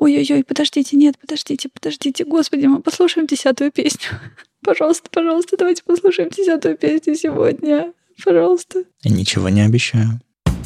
ой-ой-ой, подождите, нет, подождите, господи, мы послушаем 10-ю песню. Пожалуйста, давайте послушаем 10-ю песню сегодня. Пожалуйста. Я ничего не обещаю.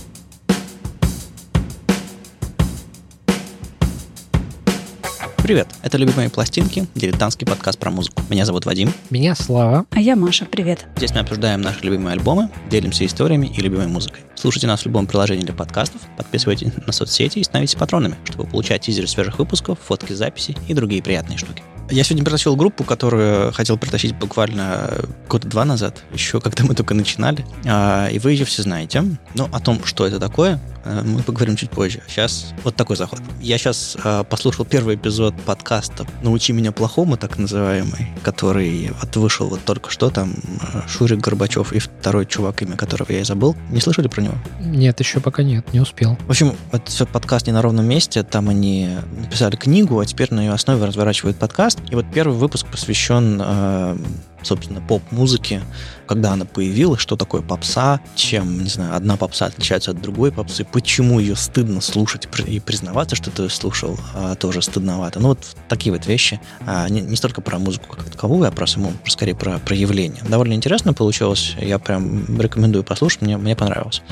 Привет, это «Любимые пластинки», дилетантский подкаст про музыку. Меня зовут Вадим. Меня Слава. А я Маша, привет. Здесь мы обсуждаем наши любимые альбомы, делимся историями и любимой музыкой. Слушайте нас в любом приложении для подкастов, подписывайтесь на соцсети и становитесь патронами, чтобы получать тизеры свежих выпусков, фотки записей и другие приятные штуки. Я сегодня притащил группу, которую хотел притащить буквально года 2 назад, еще когда мы только начинали. И вы ее все знаете. Но о том, что это такое, мы поговорим чуть позже. Сейчас вот такой заход. Я сейчас послушал первый эпизод подкаста «Научи меня плохому», так называемый, который вот вышел вот только что, там Шурик Горбачев и второй чувак, имя которого я и забыл. Не слышали про него? Нет, еще пока нет, не успел. В общем, это подкаст «Не на ровном месте». Там они написали книгу, а теперь на ее основе разворачивают подкаст. И вот первый выпуск посвящен, собственно, поп-музыке, когда она появилась, что такое попса, чем, не знаю, одна попса отличается от другой попсы, почему ее стыдно слушать и признаваться, что ты слушал, тоже стыдновато. Ну, вот такие вот вещи. Не столько про музыку как таковую, а про саму, скорее, про явление. Довольно интересно получилось. Я прям рекомендую послушать, мне понравилось.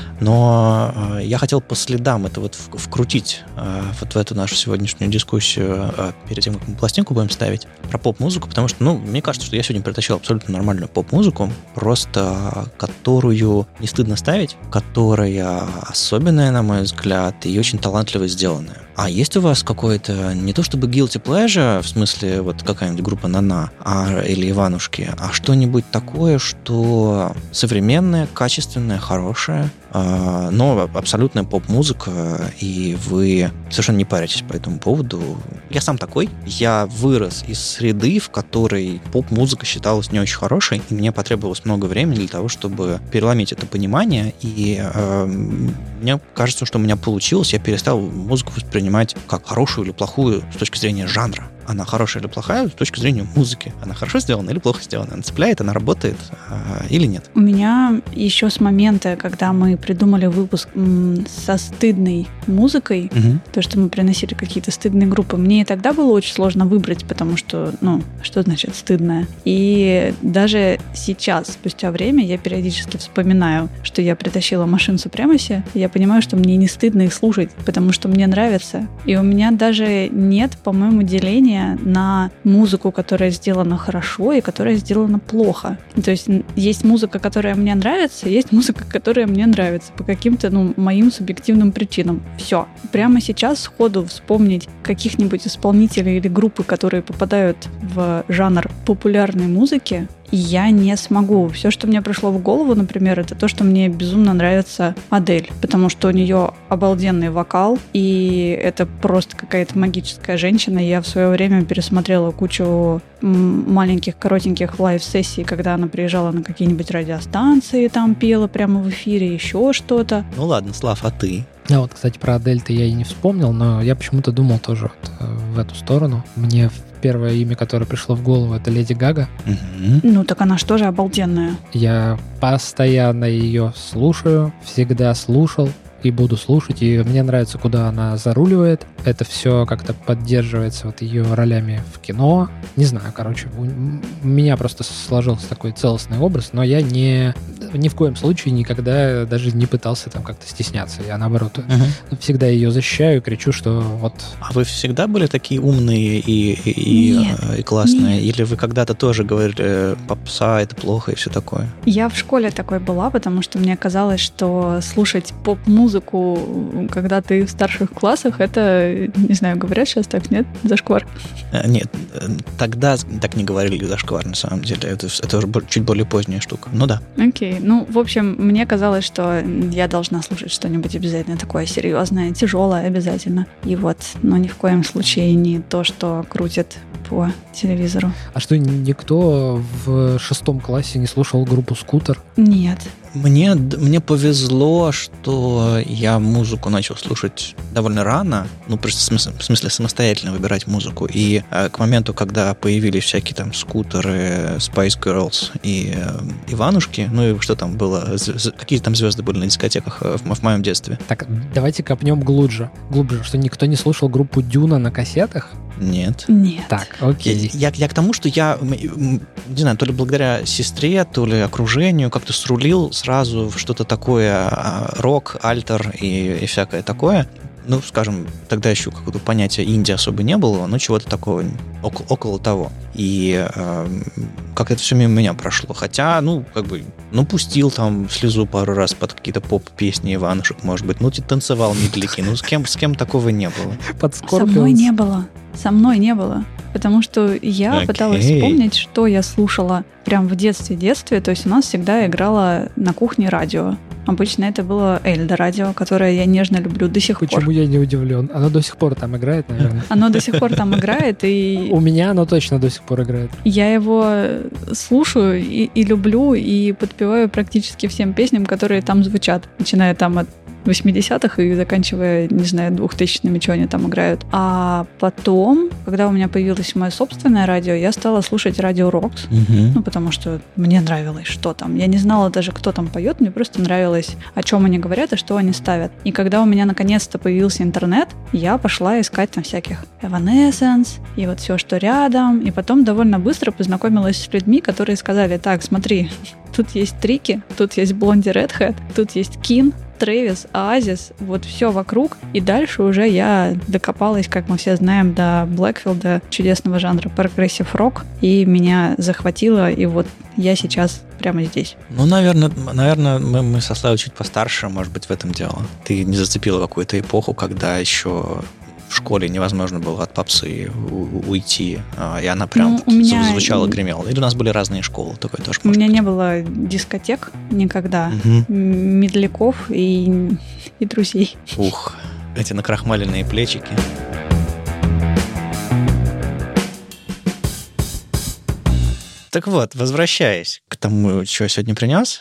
Но я хотел по следам это вот вкрутить вот в эту нашу сегодняшнюю дискуссию перед тем, как мы пластинку будем ставить, про поп-музыку, потому что, мне кажется, что я сегодня притащил абсолютно нормальную поп-музыку, просто которую не стыдно ставить, которая особенная, на мой взгляд, и очень талантливо сделанная. А есть у вас какой-то, не то чтобы guilty pleasure, в смысле вот какая-нибудь группа Нана или Иванушки, а что-нибудь такое, что современное, качественное, хорошее, но абсолютная поп-музыка, и вы совершенно не паритесь по этому поводу. Я сам такой. Я вырос из среды, в которой поп-музыка считалась не очень хорошей, и мне потребовалось много времени для того, чтобы переломить это понимание, и мне кажется, что у меня получилось. Я перестал музыку воспринимать как хорошую или плохую с точки зрения жанра. Она хорошая или плохая с точки зрения музыки. Она хорошо сделана или плохо сделана? Она цепляет, она работает или нет? У меня еще с момента, когда мы придумали выпуск со стыдной музыкой, то, что мы приносили какие-то стыдные группы, мне и тогда было очень сложно выбрать, потому что, что значит стыдное? И даже сейчас, спустя время, я периодически вспоминаю, что я притащила Machine Supremacy, и я понимаю, что мне не стыдно их слушать, потому что мне нравится. И у меня даже нет, по-моему, деления на музыку, которая сделана хорошо и которая сделана плохо. То есть есть музыка, которая мне нравится, есть музыка, которая мне нравится по каким-то, моим субъективным причинам. Все. Прямо сейчас сходу вспомнить каких-нибудь исполнителей или группы, которые попадают в жанр популярной музыки, я не смогу. Все, что мне пришло в голову, например, это то, что мне безумно нравится Адель, потому что у нее обалденный вокал, и это просто какая-то магическая женщина. Я в свое время пересмотрела кучу маленьких, коротеньких лайв-сессий, когда она приезжала на какие-нибудь радиостанции, там пела прямо в эфире, еще что-то. Ну ладно, Слав, а ты? Вот, кстати, про Адель-то я и не вспомнил, но я почему-то думал тоже в эту сторону. Мне первое имя, которое пришло в голову, это Леди Гага. Так она же тоже обалденная. Я постоянно ее слушаю, всегда слушал и буду слушать, и мне нравится, куда она заруливает. Это все как-то поддерживается вот ее ролями в кино. Не знаю, короче, у меня просто сложился такой целостный образ, но я ни в коем случае никогда даже не пытался там как-то стесняться. Я, наоборот, всегда ее защищаю, кричу, что вот... А вы всегда были такие умные и классные? Нет. Или вы когда-то тоже говорили, попса, это плохо и все такое? Я в школе такой была, потому что мне казалось, что слушать поп-музыку, когда ты в старших классах, это, не знаю, говорят сейчас так, нет? Зашквар. Нет, тогда так не говорили зашквар, на самом деле. Это уже чуть более поздняя штука. Ну да. Окей. В общем, мне казалось, что я должна слушать что-нибудь обязательно такое серьезное, тяжелое обязательно. И вот, но ни в коем случае не то, что крутят по телевизору. А что, никто в 6 классе не слушал группу «Скутер»? Нет. Мне повезло, что я музыку начал слушать довольно рано, ну, просто в смысле самостоятельно выбирать музыку. И к моменту, когда появились всякие там скутеры, Spice Girls и Иванушки, ну и что там было, какие там звезды были на дискотеках в моем детстве. Так, давайте копнем глубже, что никто не слушал группу Дюна на кассетах? Нет. Так, окей. Я к тому, что я, не знаю, то ли благодаря сестре, то ли окружению как-то срулил сразу в что-то такое рок, альтер и всякое такое. Ну, скажем, тогда еще какого-то понятия инди особо не было, но чего-то такого около того. И как это все мимо меня прошло. Хотя, пустил там слезу пару раз под какие-то поп-песни Иванушек, может быть. Танцевал медляки. С кем такого не было. Под Scorpions. Со мной не было. Потому что я пыталась вспомнить, что я слушала прям в детстве. То есть у нас всегда играло на кухне радио. Обычно это было Эльдо радио, которое я нежно люблю до сих пор. Почему я не удивлен? Оно до сих пор там играет, наверное. Оно до сих пор там играет, и... У меня оно точно до сих пор играет. Я его слушаю и люблю, и подпеваю практически всем песням, которые там звучат. Начиная там от 80-х и заканчивая, не знаю, 2000-ми, что они там играют. А потом, когда у меня появилось мое собственное радио, я стала слушать радио Рокс, потому что мне нравилось, что там. Я не знала даже, кто там поет, мне просто нравилось, о чем они говорят и что они ставят. И когда у меня наконец-то появился интернет, я пошла искать там всяких Evanescence и вот все, что рядом. И потом довольно быстро познакомилась с людьми, которые сказали: так, смотри, тут есть Трики, тут есть Блонди Редхед, тут есть Кин, Трэвис, Оазис, вот все вокруг. И дальше уже я докопалась, как мы все знаем, до Блэкфилда, чудесного жанра прогрессив рок, и меня захватило, и вот я сейчас прямо здесь. Ну, наверное, мы со Славой чуть постарше, может быть, в этом дело. Ты не зацепила какую-то эпоху, когда еще в школе невозможно было от попсы уйти, и она прям звучала, гремела. Или у нас были разные школы, такое тоже. У меня не было дискотек никогда, медляков и друзей. Ух, эти накрахмаленные плечики. Так вот, возвращаясь к тому, что я сегодня принес,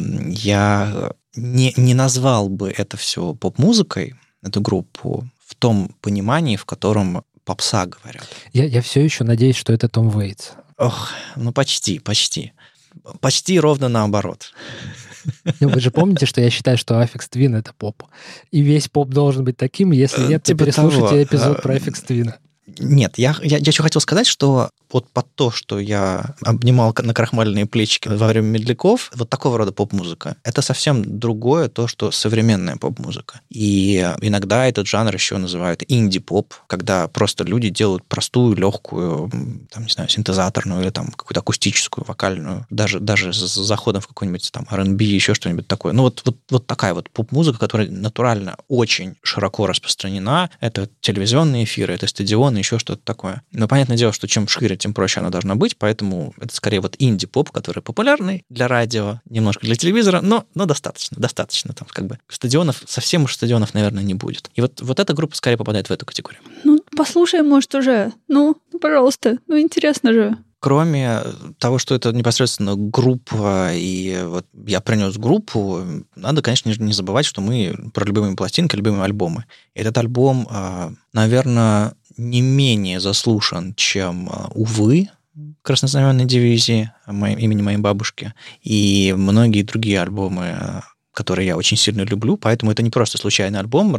я не назвал бы это все поп-музыкой, эту группу, в том понимании, в котором попса говорят. Я все еще надеюсь, что это Том Вейтс. Ох, почти. Почти ровно наоборот. Вы же помните, что я считаю, что Aphex Twin — это поп. И весь поп должен быть таким, если нет, то переслушайте эпизод про Aphex Twin. Нет, я еще хотел сказать, что вот под то, что я обнимал накрахмаленные плечики во время медляков, вот такого рода поп-музыка, это совсем другое то, что современная поп-музыка. И иногда этот жанр еще называют инди-поп, когда просто люди делают простую, легкую, там, не знаю, синтезаторную или там какую-то акустическую, вокальную, даже с заходом в какой-нибудь там R&B, еще что-нибудь такое. Ну вот такая вот поп-музыка, которая натурально очень широко распространена. Это телевизионные эфиры, это стадионы, еще что-то такое. Но понятное дело, что чем шире, тем проще она должна быть, поэтому это скорее вот инди-поп, который популярный для радио, немножко для телевизора, но достаточно. Там как бы стадионов, совсем уж стадионов, наверное, не будет. И вот эта группа скорее попадает в эту категорию. Послушай, может, уже. Пожалуйста, интересно же. Кроме того, что это непосредственно группа, и вот я принес группу, надо, конечно, не забывать, что мы про любимые пластинки, любимые альбомы. Этот альбом, наверное, не менее заслушан, чем «Увы» краснознаменной дивизии имени моей бабушки, и многие другие альбомы, которые я очень сильно люблю, поэтому это не просто случайный альбом,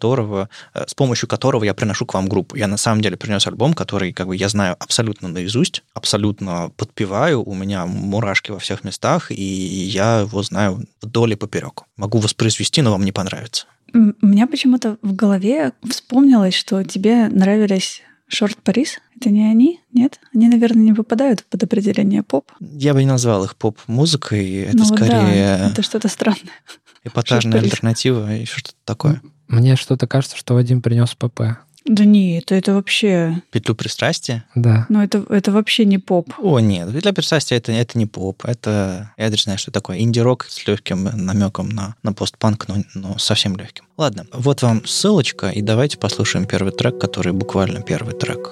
с помощью которого я приношу к вам группу. Я на самом деле принес альбом, который я знаю абсолютно наизусть, абсолютно подпеваю, у меня мурашки во всех местах, и я его знаю вдоль и поперек. Могу воспроизвести, но вам не понравится. У меня почему-то в голове вспомнилось, что тебе нравились Short Paris. Это не они? Нет? Они, наверное, не попадают под определение поп. Я бы не назвал их поп-музыкой. Это скорее... Да, это что-то странное. Эпатажная альтернатива и что-то такое. Мне что-то кажется, что Вадим принес ПП. Да нет, это вообще... Петлю пристрастия? Да. Но это вообще не поп. О, нет, петля пристрастия это не поп. Это, я даже знаю, что такое. Инди-рок с легким намеком на постпанк, но совсем легким. Ладно, вот вам ссылочка, и давайте послушаем первый трек, который буквально первый трек.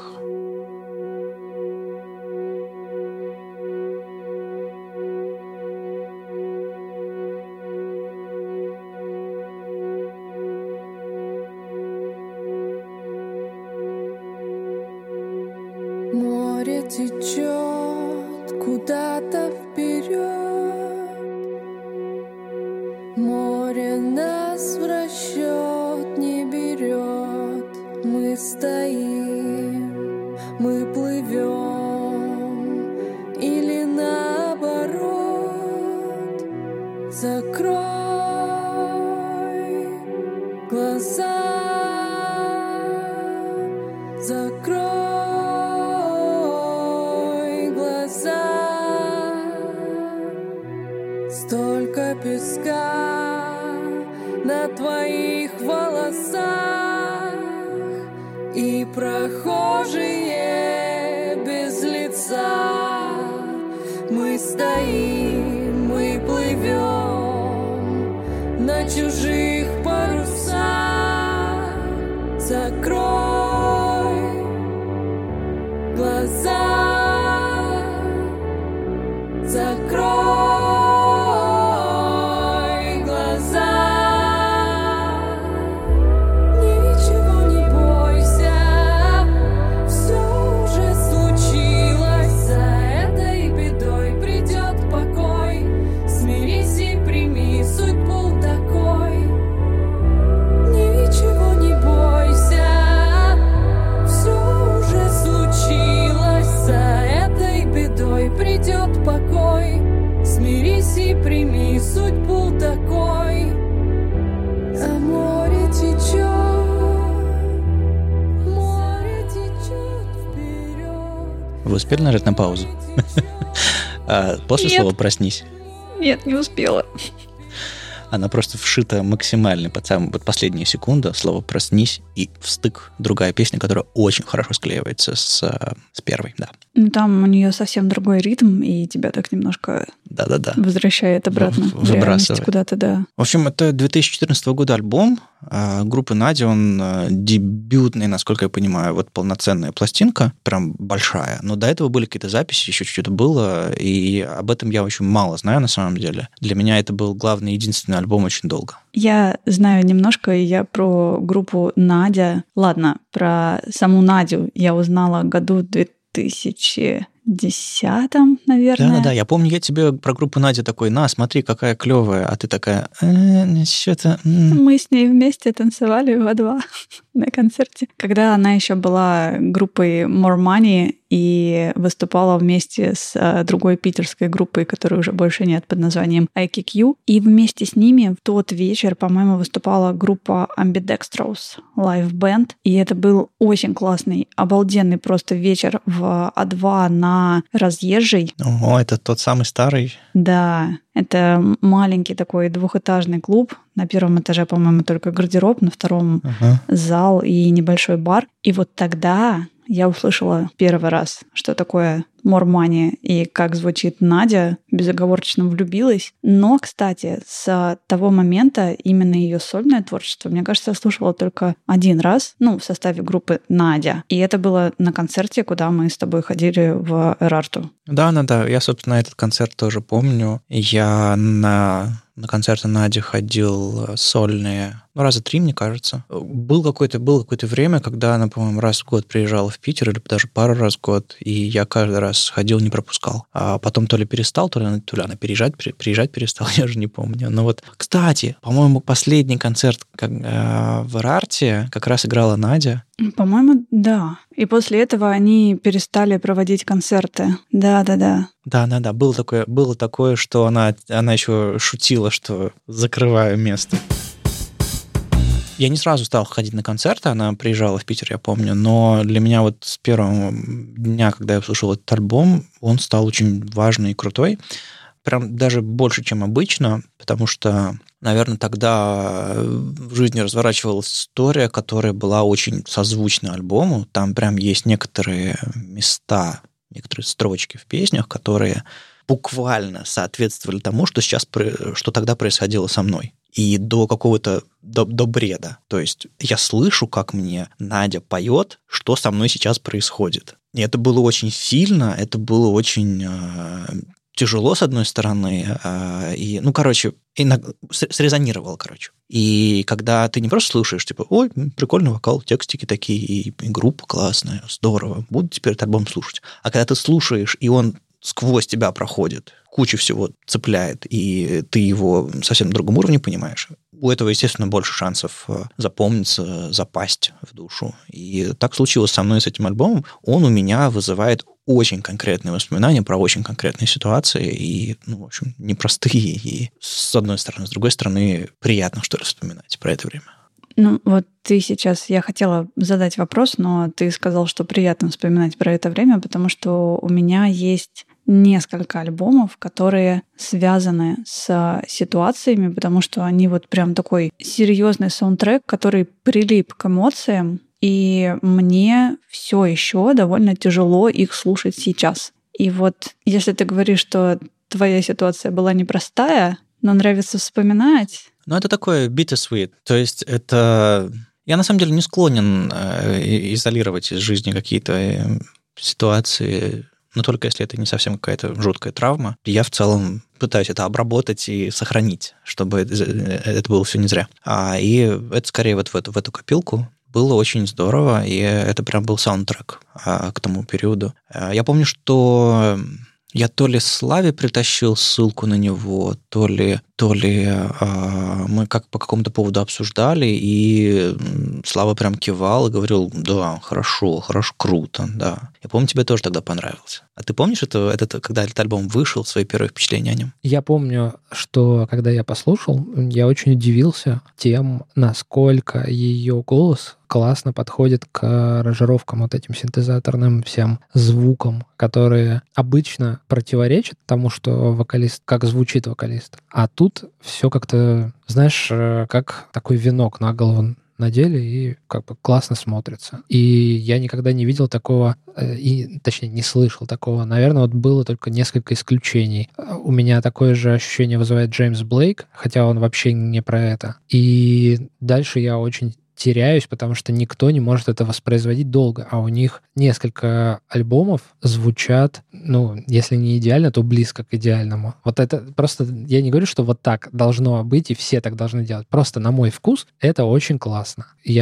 Море течет куда-то вперед, море нас в расчет не берет. Мы стоим, мы плывем, или наоборот. Закрой глаза, закрой глаза. Столько песка на твоих волосах, и прохожие без лица. Мы стоим, мы плывем на чужих парусах. Закрой глаза, закрой глаза. Ничего не бойся, все уже случилось. За этой бедой придет покой. Смирись и прими судьбу такой. Ничего не бойся, все уже случилось. За этой бедой придет покой. Смирись и прими судьбу такой. А море течет вперед. Вы успели нажать на паузу? После Нет. слова «проснись». Нет, не успела. Она просто вшита максимально под самую вот последнюю секунду. Слово «проснись» и встык. Другая песня, которая очень хорошо склеивается с первой, да. Ну, там у нее совсем другой ритм, и тебя так немножко Да-да-да. возвращает обратно в реальность Выбрасывает. куда-то, да. В общем, это 2014 года альбом группы Надя. Он дебютный, насколько я понимаю, вот полноценная пластинка, прям большая. Но до этого были какие-то записи, еще что-то было, и об этом я очень мало знаю на самом деле. Для меня это был главный, единственный альбом очень долго. Я знаю немножко, и я про группу Надя. Ладно, про саму Надю я узнала году 2010, наверное. Да-да-да, я помню, я тебе про группу Надя такой: на, смотри, какая клевая, а ты такая, что-то... Мы с ней вместе танцевали в А2 на концерте. Когда она еще была группой More Money и выступала вместе с другой питерской группой, которой уже больше нет, под названием IQQ. И вместе с ними в тот вечер, по-моему, выступала группа Ambidextrous Live Band. И это был очень классный, обалденный просто вечер в А2 на Разъезжей. О, это тот самый старый. Да, это маленький такой двухэтажный клуб. На первом этаже, по-моему, только гардероб, на втором зал и небольшой бар. И вот тогда я услышала первый раз, что такое More Money и как звучит Надя, безоговорочно влюбилась. Но, кстати, с того момента именно ее сольное творчество, мне кажется, я слушала только один раз, в составе группы Надя. И это было на концерте, куда мы с тобой ходили в Эрарту. Да. Я, собственно, этот концерт тоже помню. Я на концерты Нади ходил сольные, раза 3, мне кажется. Было какое-то время, когда она, по-моему, раз в год приезжала в Питер, или даже пару раз в год, и я каждый раз ходил, не пропускал. А потом то ли перестал, то ли она приезжать перестала, я уже не помню. Но вот, кстати, по-моему, последний концерт в Эрарте как раз играла Надя. По-моему, да. И после этого они перестали проводить концерты. Да. Да, было такое, что она еще шутила, что закрываю место. Я не сразу стал ходить на концерты, она приезжала в Питер, я помню, но для меня вот с первого дня, когда я услышал этот альбом, он стал очень важный и крутой. Прям даже больше, чем обычно, потому что, наверное, тогда в жизни разворачивалась история, которая была очень созвучна альбому. Там прям есть некоторые места, некоторые строчки в песнях, которые буквально соответствовали тому, что тогда происходило со мной. И до какого-то, до бреда. То есть я слышу, как мне Надя поет, что со мной сейчас происходит. И это было очень сильно, это было очень тяжело, с одной стороны, и, срезонировало, короче. И когда ты не просто слушаешь, типа, ой, прикольный вокал, текстики такие, и группа классная, здорово, буду теперь этот альбом слушать. А когда ты слушаешь, и он сквозь тебя проходит, куча всего цепляет, и ты его совсем на другом уровне понимаешь, у этого, естественно, больше шансов запомниться, запасть в душу. И так случилось со мной с этим альбомом. Он у меня вызывает очень конкретные воспоминания про очень конкретные ситуации, и, в общем, непростые, и с одной стороны, с другой стороны, приятно, что ли, вспоминать про это время. Ты сейчас, я хотела задать вопрос, но ты сказал, что приятно вспоминать про это время, потому что у меня есть несколько альбомов, которые связаны с ситуациями, потому что они прям такой серьезный саундтрек, который прилип к эмоциям, и мне все еще довольно тяжело их слушать сейчас. И если ты говоришь, что твоя ситуация была непростая, но нравится вспоминать... Это такое bittersweet. То есть это... Я на самом деле не склонен изолировать из жизни какие-то ситуации, но только если это не совсем какая-то жуткая травма. Я в целом пытаюсь это обработать и сохранить, чтобы это было все не зря. И это скорее в эту копилку. Было очень здорово, и это прям был саундтрек к тому периоду. Я помню, что я то ли Славе притащил ссылку на него, то ли мы как по какому-то поводу обсуждали, и Слава прям кивал и говорил, да, хорошо, круто, да. Я помню, тебе тоже тогда понравился. А ты помнишь, когда этот альбом вышел, свои первые впечатления о нем? Я помню, что когда я послушал, я очень удивился тем, насколько ее голос классно подходит к аранжировкам, этим синтезаторным всем звукам, которые обычно противоречат тому, что вокалист, как звучит вокалист. А тут все как-то, знаешь, как такой венок на голову надели, и как бы классно смотрится. И я никогда не видел такого, точнее, не слышал такого. Наверное, было только несколько исключений. У меня такое же ощущение вызывает Джеймс Блейк, хотя он вообще не про это. И дальше я очень теряюсь, потому что никто не может это воспроизводить долго, а у них несколько альбомов звучат, если не идеально, то близко к идеальному. Это просто, я не говорю, что так должно быть, и все так должны делать. Просто на мой вкус это очень классно.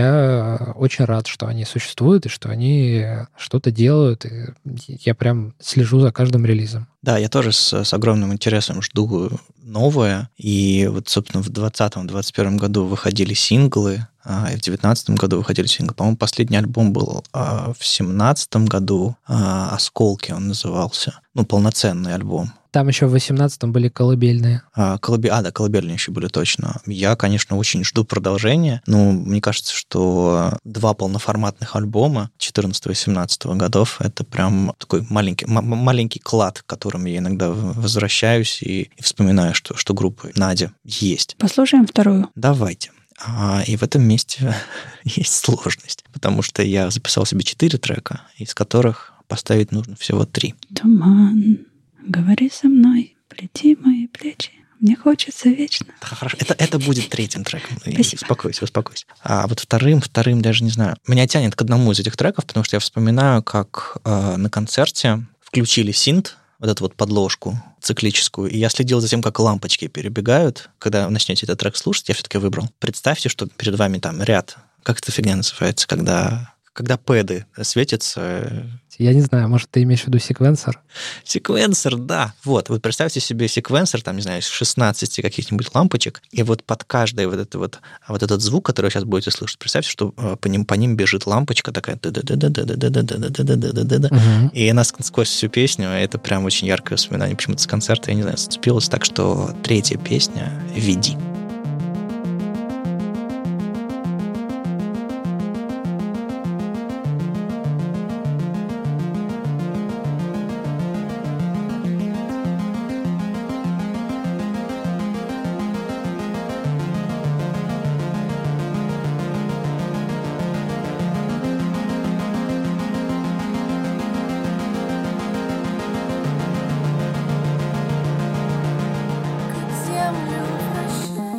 Я очень рад, что они существуют, и что они что-то делают, и я прям слежу за каждым релизом. Да, я тоже с огромным интересом жду новое. И собственно, в 2020-2021 году выходили синглы, и в 2019 году выходили синглы. По-моему, последний альбом был в 2017 году, «Осколки» он назывался. Полноценный альбом. Там еще в 18-м были колыбельные. Колыбельные еще были точно. Я, конечно, очень жду продолжения. Мне кажется, что 2 полноформатных альбома 14 и 17 годов — это прям такой маленький клад, к которому я иногда возвращаюсь и вспоминаю, что группа Надя есть. Послушаем вторую. Давайте. И в этом месте есть сложность, потому что я записал себе 4 трека, из которых поставить нужно всего 3. Туман, говори со мной, плети мои плечи, мне хочется вечно. Хорошо, это будет 3-м треком. Спасибо. Успокойся. А вторым даже не знаю. Меня тянет к одному из этих треков, потому что я вспоминаю, как на концерте включили синт, эту подложку циклическую, и я следил за тем, как лампочки перебегают. Когда начнете этот трек слушать, я все-таки выбрал. Представьте, что перед вами там ряд, как эта фигня называется, когда пэды светятся. Я не знаю, может, ты имеешь в виду секвенсор? Секвенсор, да. Вы представьте себе секвенсор, там, не знаю, из 16 каких-нибудь лампочек, и под каждый этот звук, который вы сейчас будете слышать, представьте, что по ним бежит лампочка такая, и она сквозь всю песню, это прям очень яркое воспоминание почему-то с концерта, я не знаю, зацепилось. Так что 3-я песня «Веди». Землю вращай.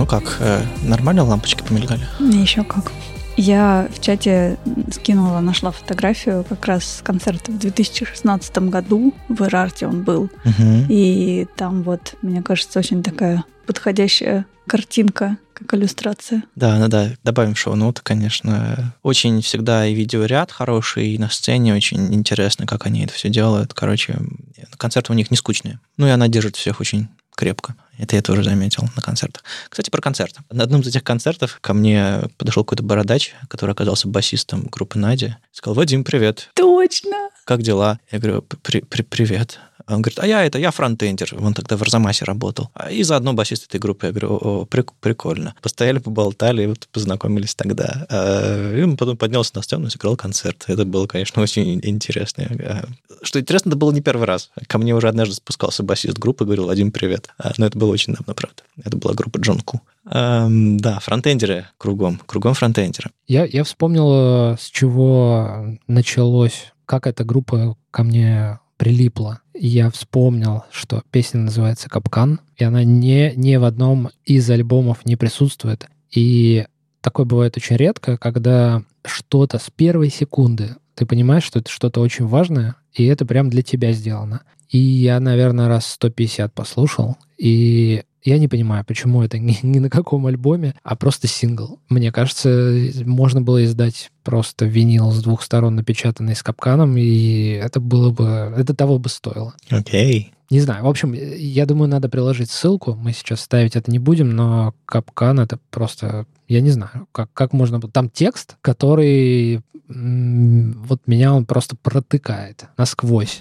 Ну как, нормально лампочки помелькали? Еще как. Я в чате скинула, нашла фотографию как раз с концерта в 2016 году. В Эрарте он был. И там вот, мне кажется, очень такая подходящая картинка, как иллюстрация. Да. Добавим в шоу-ноты, конечно. Очень всегда и видеоряд хороший, и на сцене очень интересно, как они это все делают. Короче, концерты у них не скучные. Ну и она держит всех очень крепко. Это я тоже заметил на концертах. Кстати, про концерты. На одном из этих концертов ко мне подошел какой-то бородач, который оказался басистом группы Надя. Сказал: «Вадим, привет». Точно! Как дела? Я говорю: привет. Он говорит: я фронтендер. Он тогда в Арзамасе работал. И заодно басист этой группы. Я говорю: прикольно. Постояли, поболтали, и вот познакомились тогда. И он потом поднялся на сцену и сыграл концерт. Это было, конечно, очень интересно. Что интересно, это было не первый раз. Ко мне уже однажды спускался басист группы и говорил: «Вадим, привет». Но это было очень давно, правда. Это была группа Джонку. Да, фронтендеры кругом фронтендеры. Я вспомнил, с чего началось, как эта группа ко мне прилипла. Я вспомнил, что песня называется «Капкан», и она ни в одном из альбомов не присутствует. И такое бывает очень редко, когда что-то с первой секунды ты понимаешь, что это что-то очень важное, и это прям для тебя сделано. И я, наверное, раз 150 послушал, и я не понимаю, почему это ни на каком альбоме, а просто сингл. Мне кажется, можно было издать просто винил с двух сторон, напечатанный с Капканом, и это того бы стоило. Окей. Не знаю. В общем, я думаю, надо приложить ссылку. Мы сейчас ставить это не будем, но Капкан — это просто... Я не знаю, как можно... Там текст, который... Вот меня он просто протыкает насквозь.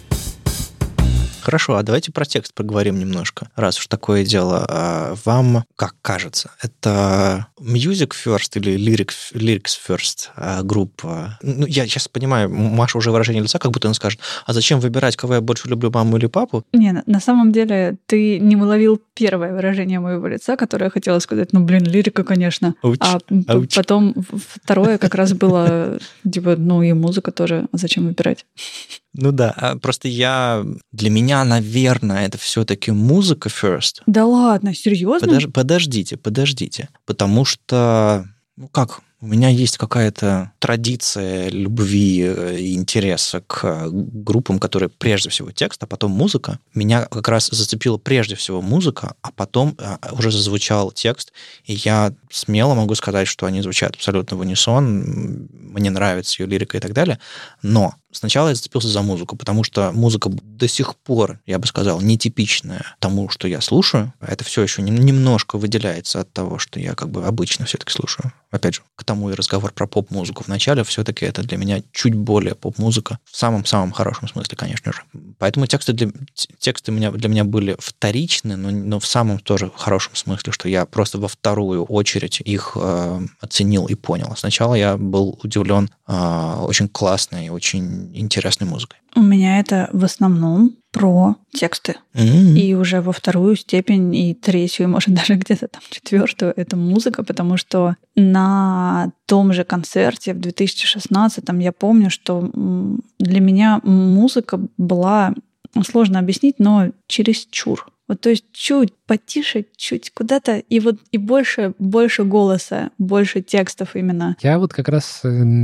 Хорошо, а давайте про текст поговорим немножко, раз уж такое дело. Вам, как кажется, это music first или lyrics first группа? Ну, я сейчас понимаю, Маша уже выражение лица, как будто она скажет: а зачем выбирать, кого я больше люблю, маму или папу? Не, на самом деле ты не уловил первое выражение моего лица, которое я хотела сказать: лирика, конечно. Потом второе как раз было, типа, и музыка тоже, а зачем выбирать? Ну да, просто для меня, наверное, это все-таки музыка first. Да ладно, серьезно? Подождите. Потому что, у меня есть какая-то традиция любви и интереса к группам, которые прежде всего текст, а потом музыка. Меня как раз зацепила прежде всего музыка, а потом уже зазвучал текст, и я смело могу сказать, что они звучат абсолютно в унисон, мне нравится ее лирика и так далее, но сначала я зацепился за музыку, потому что музыка до сих пор, я бы сказал, нетипичная тому, что я слушаю. Это все еще немножко выделяется от того, что я обычно все-таки слушаю. Опять же, к тому и разговор про поп-музыку в начале, все-таки это для меня чуть более поп-музыка, в самом-самом хорошем смысле, конечно же. Поэтому тексты для меня были вторичны, но в самом тоже хорошем смысле, что я просто во вторую очередь их оценил и понял. Сначала я был удивлен очень классной, очень интересной музыкой. У меня это в основном про тексты. И уже во вторую степень, и третью, и, может, даже где-то там четвертую, это музыка, потому что на том же концерте в 2016-м я помню, что для меня музыка была, сложно объяснить, но чересчур. То есть чуть потише, чуть куда-то, и больше голоса, больше текстов именно. Я как раз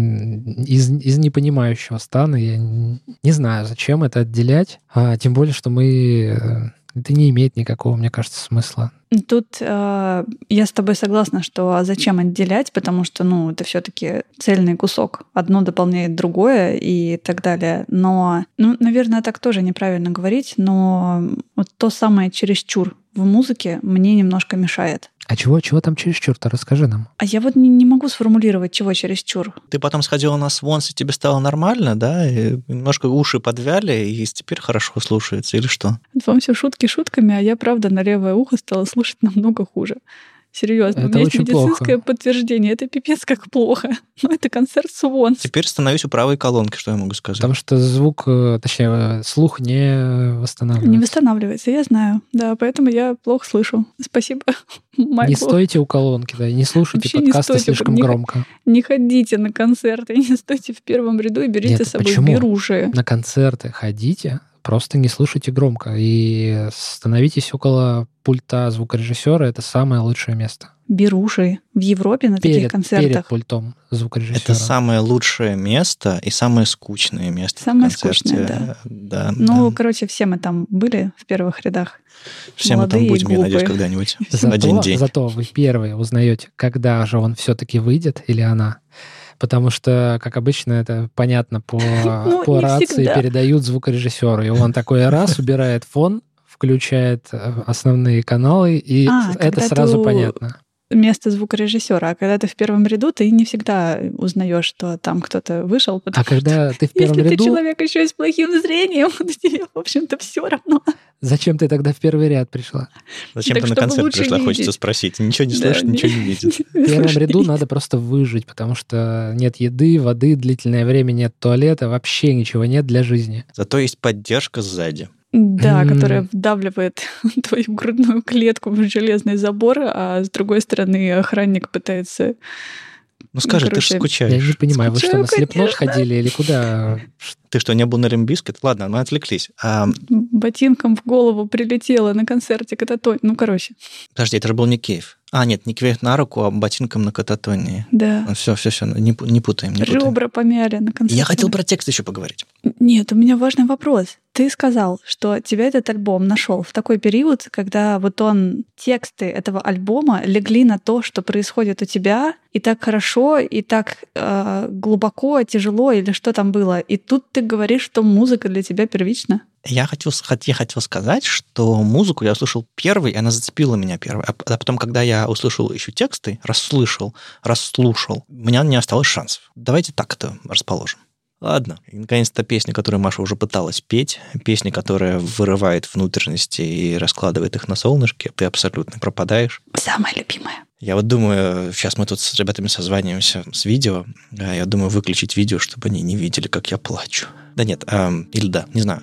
из непонимающего стана, я не знаю, зачем это отделять, тем более, что это не имеет никакого, мне кажется, смысла. Тут я с тобой согласна, что зачем отделять, потому что, это все-таки цельный кусок. Одно дополняет другое и так далее. Но, наверное, так тоже неправильно говорить, но то самое чересчур в музыке мне немножко мешает. А чего там чересчур-то? Расскажи нам. А я не могу сформулировать, чего чересчур. Ты потом сходила на Свонс, и тебе стало нормально, да? И немножко уши подвяли, и теперь хорошо слушается, или что? Вам все шутки шутками, а я, правда, на левое ухо стала слушать намного хуже. Серьезно, это у меня есть медицинское плохо. Подтверждение. Это пипец как плохо. Но это концерт Свонс. Теперь становись у правой колонки, что я могу сказать. Потому что слух не восстанавливается. Не восстанавливается, я знаю. Да, поэтому я плохо слышу. Спасибо, Майклу. Не стойте у колонки, да, и не слушайте Вообще подкасты слишком громко. Не ходите на концерты, не стойте в первом ряду и берите с собой беруши. На концерты ходите, просто не слушайте громко и становитесь около пульта звукорежиссера. Это самое лучшее место. Беруши в Европе на таких концертах. Перед пультом звукорежиссера. Это самое лучшее место и самое скучное место самое в концерте. Скучное, да. Короче, все мы там были в первых рядах. Все мы там будем, я надеюсь, когда-нибудь. Один день. Зато вы первые узнаете, когда же он все-таки выйдет или она. Потому что, как обычно, это понятно по рации всегда. Передают звукорежиссеру. И он такой раз убирает фон, включает основные каналы, и это сразу понятно. Место звукорежиссера. А когда ты в первом ряду, ты не всегда узнаешь, что там кто-то вышел. А когда ты в первом ряду... Если ты человек еще и с плохим зрением, тебе, в общем-то, все равно. Зачем ты тогда в первый ряд пришла? Зачем ты на концерт пришла, видеть. Хочется спросить. Ничего не слышит, ничего не видит. В первом ряду надо просто выжить, потому что нет еды, воды, длительное время нет туалета, вообще ничего нет для жизни. Зато есть поддержка сзади. Да, которая вдавливает твою грудную клетку в железный забор, а с другой стороны охранник пытается... Ну скажи, ты же скучаешь. Я не понимаю, вы что, на Слепнот ходили или куда? Ты что, не был на Limp Bizkit? Ладно, мы отвлеклись. Ботинком в голову прилетело на концерте Кататонии. Ну, короче. Подожди, это же был не Кейв. Нет, не Кейв на руку, а ботинком на Кататонии. Да. Все, не путаем. Ребра помяли на концерте. Я хотел про текст еще поговорить. Нет, у меня важный вопрос. Ты сказал, что тебя этот альбом нашел в такой период, когда тексты этого альбома легли на то, что происходит у тебя, и так хорошо, и так глубоко, тяжело, или что там было. И тут ты говоришь, что музыка для тебя первична. Я хотел сказать, что музыку я услышал первой, и она зацепила меня первой. А потом, когда я услышал еще тексты, расслушал, у меня не осталось шансов. Давайте так это расположим. Ладно. И, наконец-то, песня, которую Маша уже пыталась петь, песня, которая вырывает внутренности и раскладывает их на солнышке, ты абсолютно пропадаешь. Самая любимая. Я думаю, сейчас мы тут с ребятами созваниваемся с видео, я думаю, выключить видео, чтобы они не видели, как я плачу. Да нет, или да, не знаю.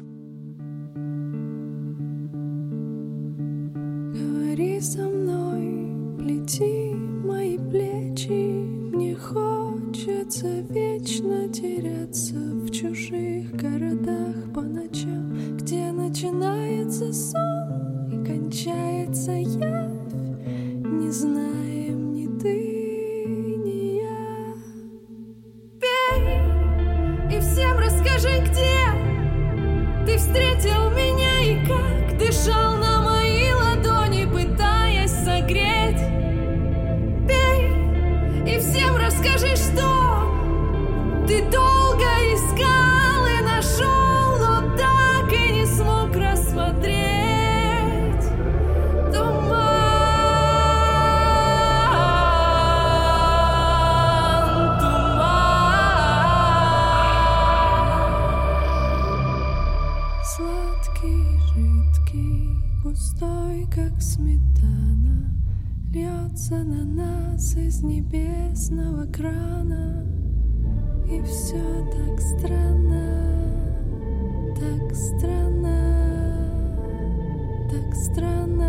Говори со мной, плети мои плечи, мне хочется вечно теряться в чужих городах по ночам, где начинается сон и кончается явь, не знаем ни ты, ни я. Пей и всем расскажи, где ты встретил меня и как дышал на мои ладони, пытаясь согреть. Пей и всем расскажи, что ты долго искал и нашел, но так и не смог рассмотреть. Туман, сладкий, жидкий, густой, как сметана, льется на нас из небесного крана. И все так странно, так странно, так странно.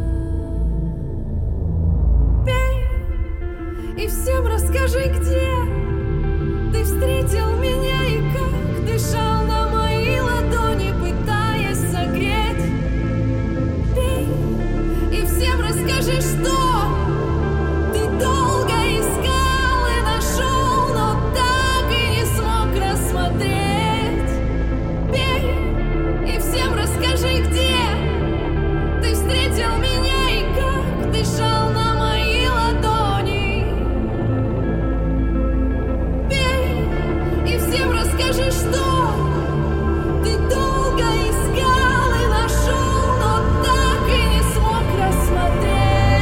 Пей и всем расскажи, где ты встретил меня и как дышал на мои ладони, пытаясь согреть. Пей и всем расскажи, что ты долго искал и нашел, но так и не смог рассмотреть. Пей и всем расскажи, где ты встретил меня и как дышал на мои ладони. Пей и всем расскажи, что ты долго искал и нашел, но так и не смог рассмотреть.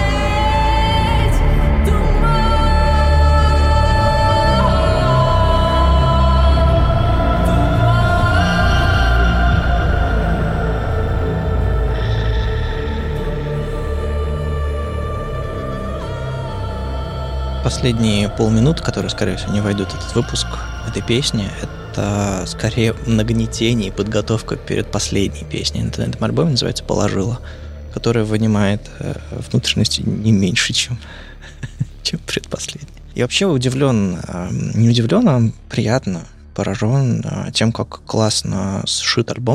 Последние полминут, которые, скорее всего, не войдут в этот выпуск этой песни, это скорее нагнетение и подготовка перед последней песней. На этом альбоме называется «Положила», которая вынимает внутренности не меньше, чем предпоследняя. Я вообще удивлен, не удивлен, а приятно поражен тем, как классно сшит альбом.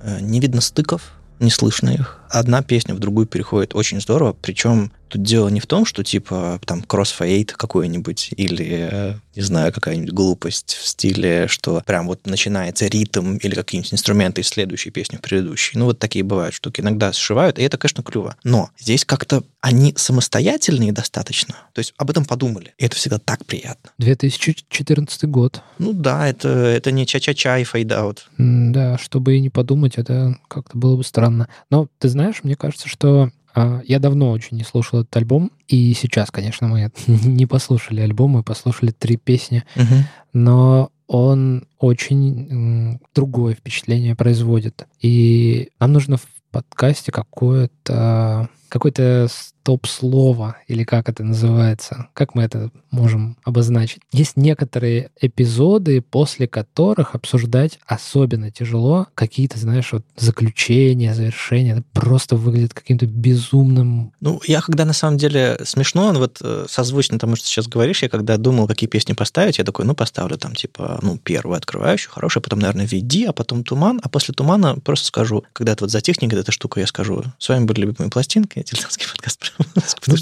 не видно стыков, не слышно их. Одна песня в другую переходит очень здорово, причем тут дело не в том, что типа там кроссфейд какой-нибудь или, не знаю, какая-нибудь глупость в стиле, что прям вот начинается ритм или какие-нибудь инструменты из следующей песни в предыдущей. Ну, вот такие бывают штуки. Иногда сшивают, и это, конечно, клево. Но здесь как-то они самостоятельные достаточно. То есть об этом подумали. И это всегда так приятно. 2014 год. Ну да, это не ча-ча-ча и фейд-аут. Да, чтобы и не подумать, это как-то было бы странно. Но ты знаешь, мне кажется, что я давно очень не слушал этот альбом, и сейчас, конечно, мы не послушали альбом, мы послушали 3 песни, но он очень другое впечатление производит. И нам нужно в подкасте какое-то стоп-слово, или как это называется, как мы это можем обозначить. Есть некоторые эпизоды, после которых обсуждать особенно тяжело. Какие-то, знаешь, вот заключения, завершения, это просто выглядит каким-то безумным. Ну, я когда на самом деле смешно, вот созвучно тому, что сейчас говоришь, я когда думал, какие песни поставить, я такой, поставлю там типа, первую открывающую, хорошую, потом, наверное, «Веди», а потом «Туман», а после «Тумана» просто скажу, когда это вот затихнет эта штука, я скажу, с вами были любимые пластинки, дилетантский подкаст. Ну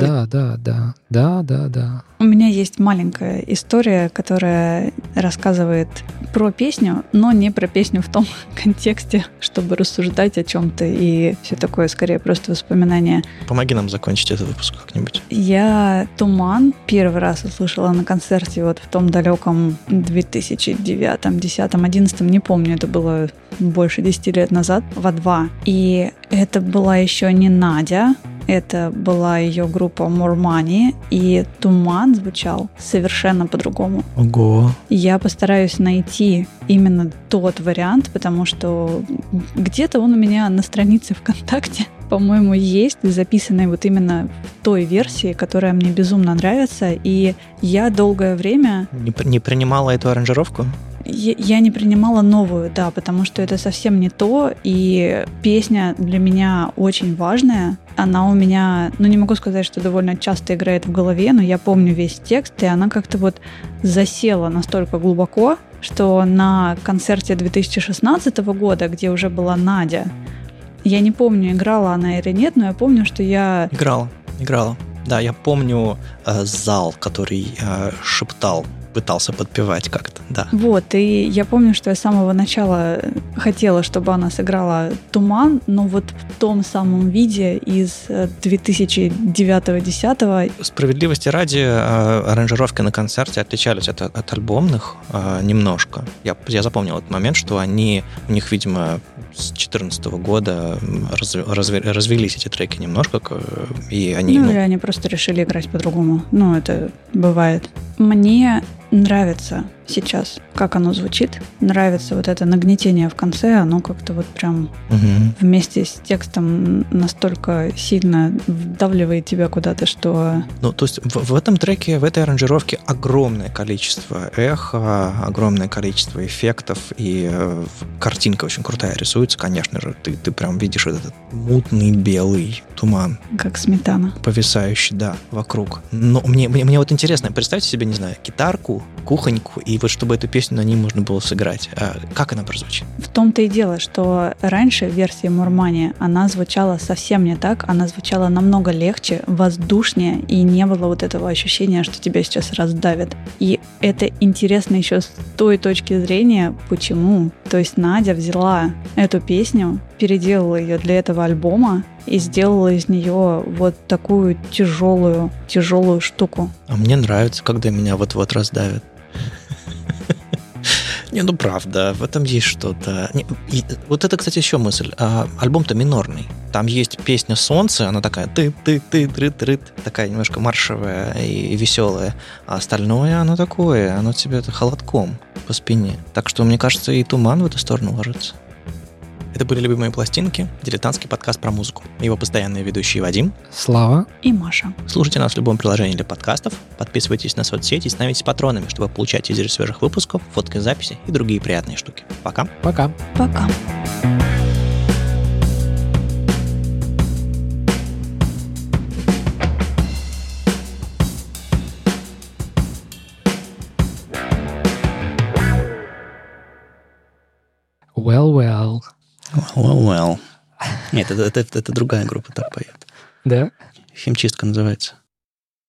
да. У меня есть маленькая история, которая рассказывает про песню, но не про песню в том контексте, чтобы рассуждать о чем-то и все такое, скорее просто воспоминания. Помоги нам закончить этот выпуск как-нибудь. Я «Туман» первый раз услышала на концерте вот в том далеком 2009, 10, 11, не помню, это было больше 10 лет назад, в А2. И это была еще не Надя, это была ее группа More Money, и «Туман» звучал совершенно по-другому. Ого! Я постараюсь найти именно тот вариант, потому что где-то он у меня на странице ВКонтакте, по-моему, есть, записанный вот именно в той версии, которая мне безумно нравится, и я долгое время... Не принимала эту аранжировку? Я не принимала новую, да, потому что это совсем не то, и песня для меня очень важная. Она у меня, не могу сказать, что довольно часто играет в голове, но я помню весь текст, и она как-то вот засела настолько глубоко, что на концерте 2016 года, где уже была Надя, я не помню, играла она или нет, но я помню, что я... Играла. Да, я помню зал, который шептал, пытался подпевать как-то, да. Вот, и я помню, что я с самого начала хотела, чтобы она сыграла «Туман», но вот в том самом виде из 2009-10. Справедливости ради, аранжировки на концерте отличались от альбомных немножко. Я запомнил этот момент, что у них, видимо, с 2014 года развелись эти треки немножко, и они... или они просто решили играть по-другому. Это бывает. Мне нравится сейчас, как оно звучит. Нравится вот это нагнетение в конце. Оно как-то вот прям вместе с текстом настолько сильно вдавливает тебя куда-то, что... то есть в этом треке, в этой аранжировке огромное количество эха, огромное количество эффектов, и картинка очень крутая рисуется, конечно же. Ты прям видишь вот этот мутный белый туман. Как сметана. Повисающий, да, вокруг. Но мне вот интересно, представьте себе, не знаю, гитарку, кухоньку, и вот чтобы эту песню на ней можно было сыграть. Как она прозвучит? В том-то и дело, что раньше в версии More Money она звучала совсем не так, она звучала намного легче, воздушнее, и не было вот этого ощущения, что тебя сейчас раздавит. И это интересно еще с той точки зрения, почему. То есть Надя взяла эту песню, переделала ее для этого альбома и сделала из нее вот такую тяжелую штуку. А мне нравится, когда меня вот-вот раздавят. Правда, в этом есть что-то. Вот это, кстати, еще мысль. Альбом-то минорный. Там есть песня «Солнце», она такая ты-ты-ты-ты-ты, такая немножко маршевая и веселая. А остальное, оно такое, оно тебе холодком по спине. Так что, мне кажется, и «Туман» в эту сторону ложится. Это были «Любимые пластинки», дилетантский подкаст про музыку. Его постоянные ведущие Вадим, Слава и Маша. Слушайте нас в любом приложении для подкастов, подписывайтесь на соцсети и становитесь патронами, чтобы получать тизеры свежих выпусков, фотки, записи и другие приятные штуки. Пока. Пока. Пока. Well. Well. Нет, это другая группа так поет. Да? «Химчистка» называется.